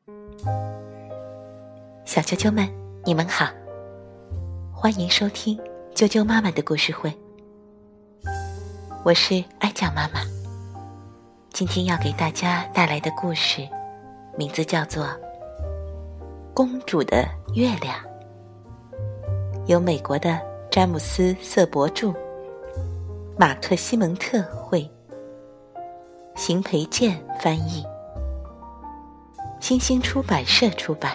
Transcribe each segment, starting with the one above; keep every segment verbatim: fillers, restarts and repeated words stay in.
小啾啾们，你们好，欢迎收听啾啾妈妈的故事会。我是爱酱妈妈，今天要给大家带来的故事名字叫做《公主的月亮》，由美国的詹姆斯·瑟伯著，马克·西蒙特绘，邢培建翻译，新星出版社出版。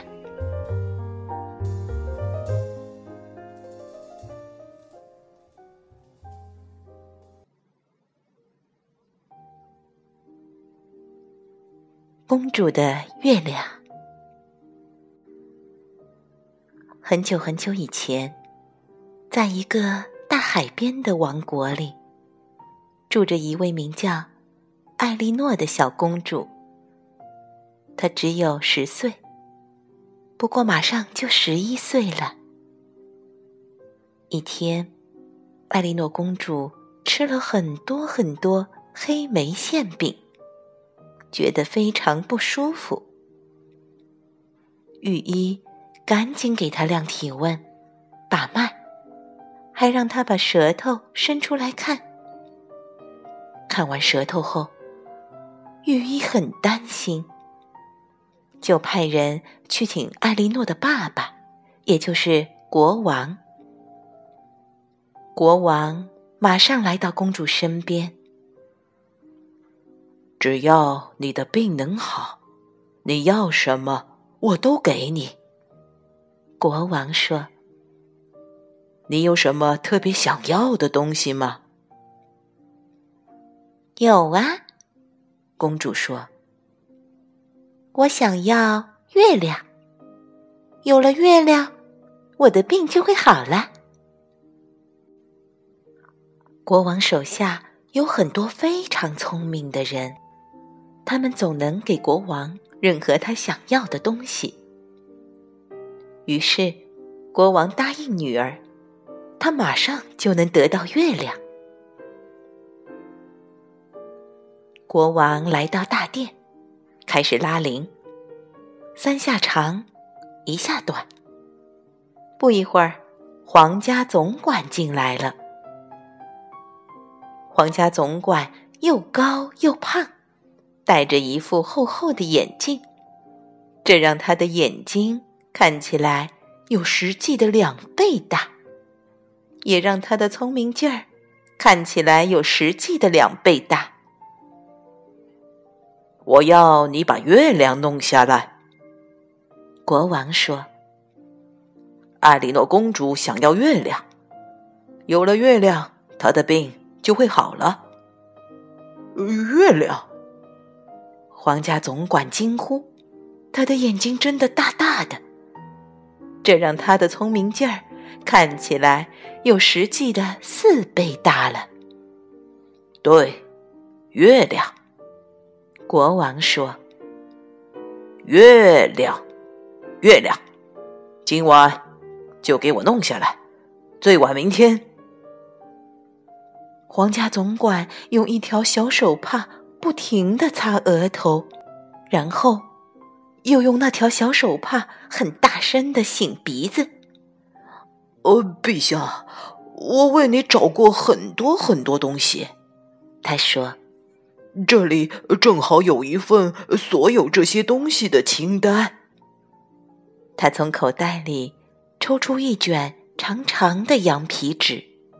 公主的月亮。很久很久以前，在一个大海边的王国里，住着一位名叫艾莉诺的小公主。她只有十岁，不过马上就十一岁了。一天，艾莉诺公主吃了很多很多黑莓馅饼，觉得非常不舒服。御医赶紧给她量体温、把脉，还让她把舌头伸出来看。看完舌头后，御医很担心，就派人去请艾莉诺的爸爸，也就是国王。国王马上来到公主身边， 只要你的病能好，你要什么我都给你。 国王说。 你有什么特别想要的东西吗？ 有啊，公主说。我想要月亮，有了月亮，我的病就会好了。国王手下有很多非常聪明的人，他们总能给国王任何他想要的东西。于是国王答应女儿，他马上就能得到月亮。国王来到大殿，开始拉铃，三下长，一下短。不一会儿，皇家总管进来了。皇家总管又高又胖，戴着一副厚厚的眼镜，这让他的眼睛看起来有实际的两倍大，也让他的聪明劲儿看起来有实际的两倍大。 我要你把月亮弄下来， 国王说。 艾莉诺公主想要月亮，有了月亮，她的病就会好了。月亮！ 皇家总管惊呼，他的眼睛睁得大大的，这让他的聪明劲儿看起来有实际的四倍大了。 对，月亮。 国王说。 月亮，月亮，今晚就给我弄下来，最晚明天。 皇家总管用一条小手帕不停地擦额头，然后又用那条小手帕很大声地擤鼻子。 呃，陛下，我为你找过很多很多东西， 他说。 这里正好有一份所有这些东西的清单。 他从口袋里抽出一卷长长的羊皮纸。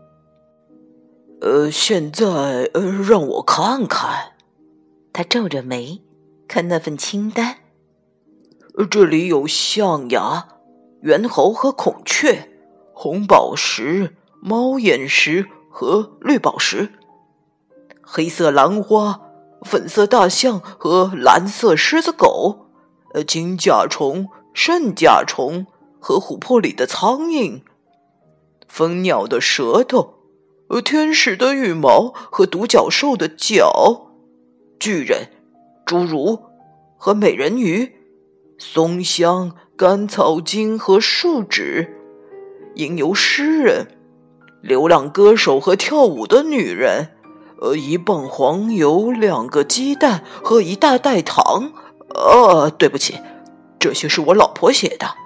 呃，现在呃，让我看看。 他皱着眉看那份清单。 这里有象牙、猿猴和孔雀、红宝石、猫眼石和绿宝石，黑色兰花、粉色大象和蓝色狮子狗，呃，金甲虫、圣甲虫和琥珀里的苍蝇，蜂鸟的舌头，呃，天使的羽毛和独角兽的脚，巨人、侏儒和美人鱼，松香、甘草精和树脂，吟游诗人，流浪歌手和跳舞的女人，呃，一磅黄油，两个鸡蛋和一大袋糖。呃，对不起， 这些是我老婆写的。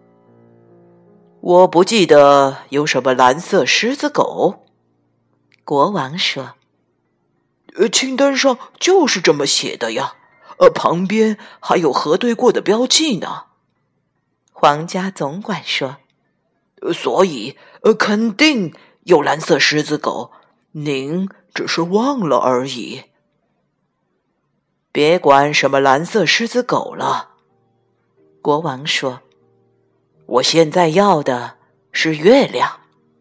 我不记得有什么蓝色狮子狗。 国王说。 呃，清单上就是这么写的呀，呃，旁边还有核对过的标记呢。 皇家总管说。 呃、所以，呃，肯定有蓝色狮子狗，您只是忘了而已。别管什么蓝色狮子狗了，国王说，我现在要的是月亮。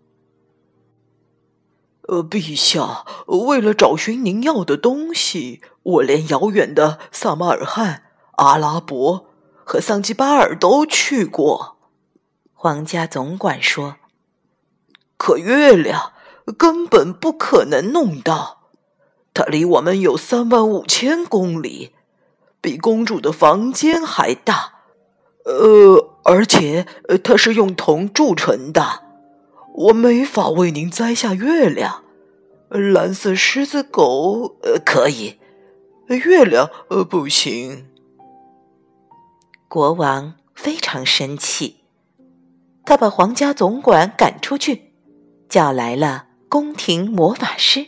呃，陛下，为了找寻您要的东西，我连遥远的萨马尔罕、阿拉伯和桑吉巴尔都去过。皇家总管说，可月亮根本不可能弄到，它离我们有三万五千公里，比公主的房间还大。呃，而且它是用铜铸成的。我没法为您摘下月亮，蓝色狮子狗、呃、可以，月亮、呃、不行。 国王非常生气，他把皇家总管赶出去，叫来了宫廷魔法师。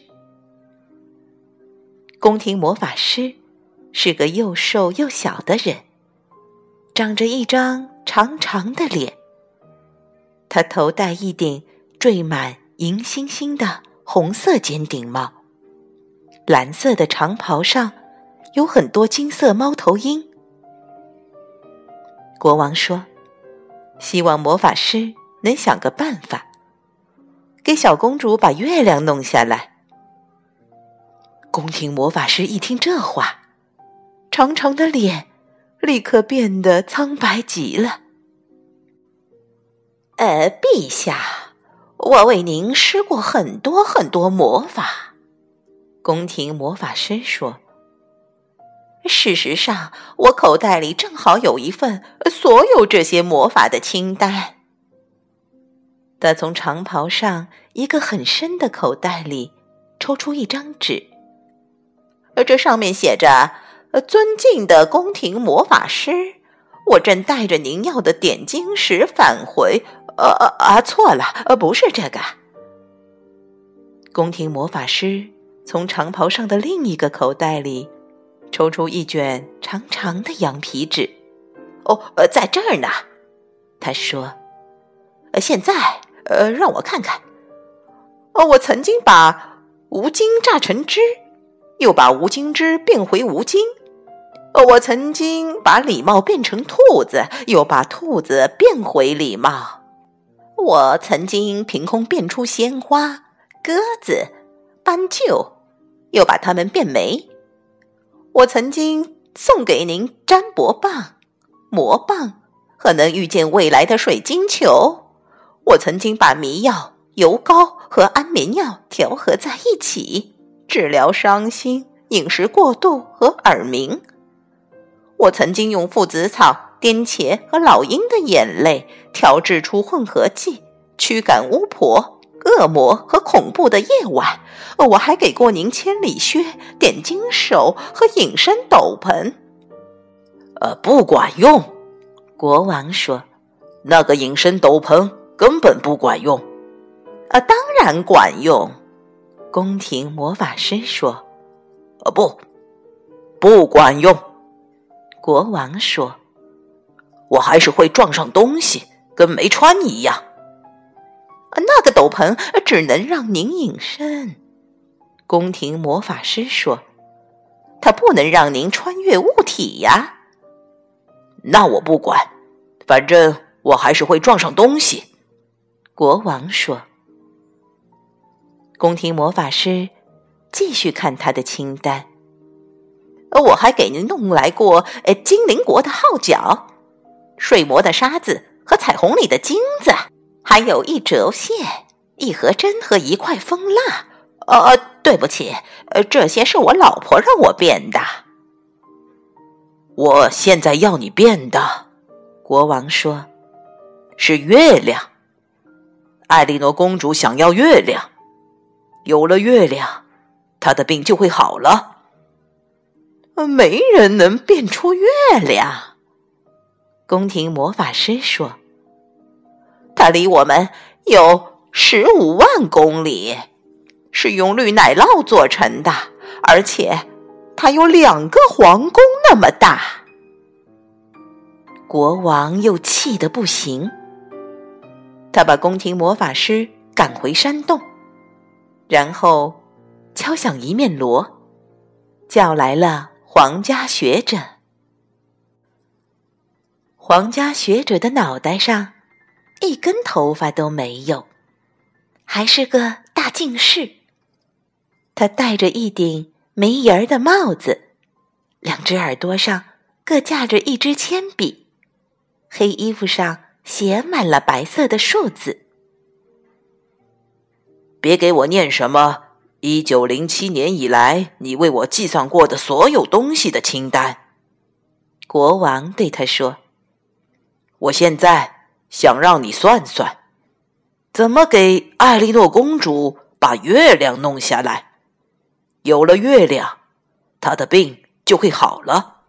宫廷魔法师是个又瘦又小的人，长着一张长长的脸，他头戴一顶缀满银星星的红色尖顶帽，蓝色的长袍上有很多金色猫头鹰。国王说，希望魔法师能想个办法，给小公主把月亮弄下来。宫廷魔法师一听这话，长长的脸立刻变得苍白极了。呃，陛下，我为您施过很多很多魔法，宫廷魔法师说。事实上，我口袋里正好有一份所有这些魔法的清单。他从长袍上一个很深的口袋里抽出一张纸，这上面写着，尊敬的宫廷魔法师，我正带着您要的点金石返回。呃啊，错了，不是这个。宫廷魔法师从长袍上的另一个口袋里抽出一卷长长的羊皮纸。哦，呃，在这儿呢，他说。呃，现在，呃，让我看看。哦，我曾经把无精榨成汁，又把无精汁变回无精。哦，我曾经把礼帽变成兔子，又把兔子变回礼帽。我曾经凭空变出鲜花、鸽子、斑鸠，又把它们变没。我曾经送给您占卜棒、魔棒和能预见未来的水晶球。我曾经把迷药、油膏和安眠药调和在一起，治疗伤心、饮食过度和耳鸣。我曾经用附子草、颠茄和老鹰的眼泪调制出混合剂，驱赶巫婆、恶魔和恐怖的夜晚。我还给过您千里靴、点金手和隐身斗篷。 呃，不管用，国王说，那个隐身斗篷根本不管用。 啊，当然管用，宫廷魔法师说。 啊，不，不管用， 国王说。 我还是会撞上东西，跟没穿一样。 那个斗篷只能让您隐身，宫廷魔法师说，它不能让您穿越物体呀。 那我不管，反正我还是会撞上东西， 国王说。宫廷魔法师继续看他的清单。我还给您弄来过呃精灵国的号角、睡魔的沙子和彩虹里的金子，还有一折线、一盒针和一块蜂蜡。呃，对不起，呃，这些是我老婆让我变的。 我现在要你变的，国王说，是月亮。艾莉诺公主想要月亮，有了月亮，她的病就会好了。 没人能变出月亮， 宫廷魔法师说：“它离我们有十五万公里，是用绿奶酪做成的，而且它有两个皇宫那么大。”国王又气得不行，他把宫廷魔法师赶回山洞，然后敲响一面锣，叫来了皇家学者。皇家学者的脑袋上一根头发都没有，还是个大近视。他戴着一顶没檐儿的帽子，两只耳朵上各架着一支铅笔，黑衣服上写满了白色的数字。别给我念什么一九零七年以来你为我计算过的所有东西的清单，国王对他说，我现在想让你算算，怎么给艾莉诺公主把月亮弄下来。有了月亮，她的病就会好了。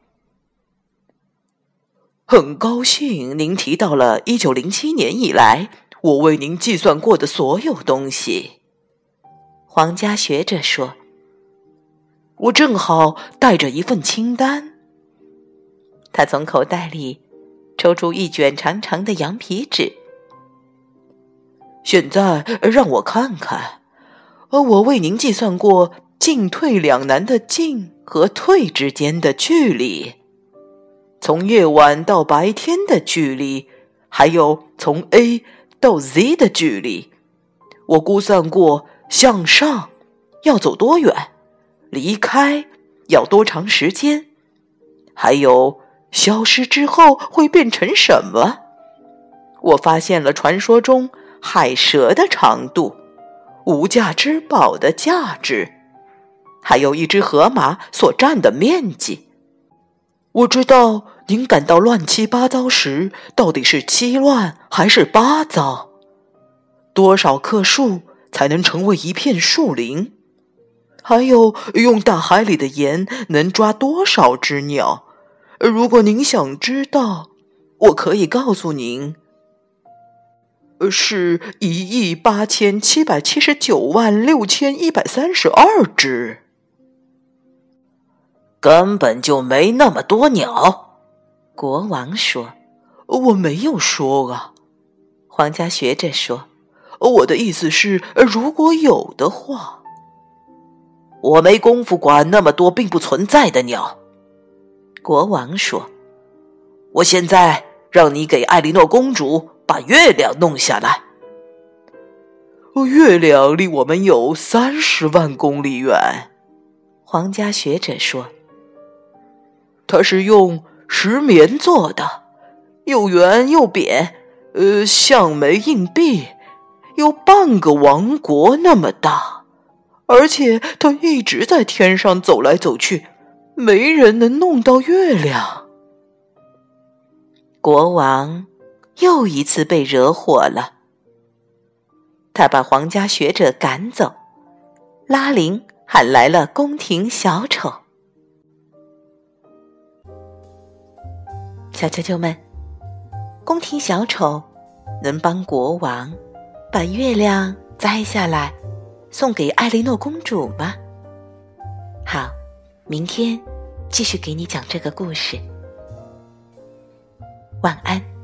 很高兴您提到了一九零七年以来我为您计算过的所有东西。 皇家学者说， 我正好带着一份清单。 他从口袋里抽出一卷长长的羊皮纸。 现在让我看看，我为您计算过进退两难的进和退之间的距离，从夜晚到白天的距离，还有从 A 到 Z 的距离。我估算过向上要走多远，离开要多长时间，还有消失之后会变成什么。我发现了传说中海蛇的长度，无价之宝的价值，还有一只河马所占的面积。我知道您感到乱七八糟时，到底是七乱还是八糟？多少棵树才能成为一片树林？还有用大海里的盐能抓多少只鸟？如果您想知道，我可以告诉您，是一亿八千七百七十九万六千一百三十二只。 根本就没那么多鸟，国王说。 我没有说啊， 皇家学者说， 我的意思是，如果有的话。 我没工夫管那么多并不存在的鸟，国王说。我现在让你给艾莉诺公主把月亮弄下来。 月亮离我们有三十万公里远， 皇家学者说。 它是用石棉做的，又圆又扁，呃，像枚硬币，有半个王国那么大，而且它一直在天上走来走去，没人能弄到月亮。 国王又一次被惹火了，他把皇家学者赶走，拉铃喊来了宫廷小丑。小啾啾们，宫廷小丑能帮国王把月亮摘下来送给艾莉诺公主吗？好，明天继续给你讲这个故事。晚安。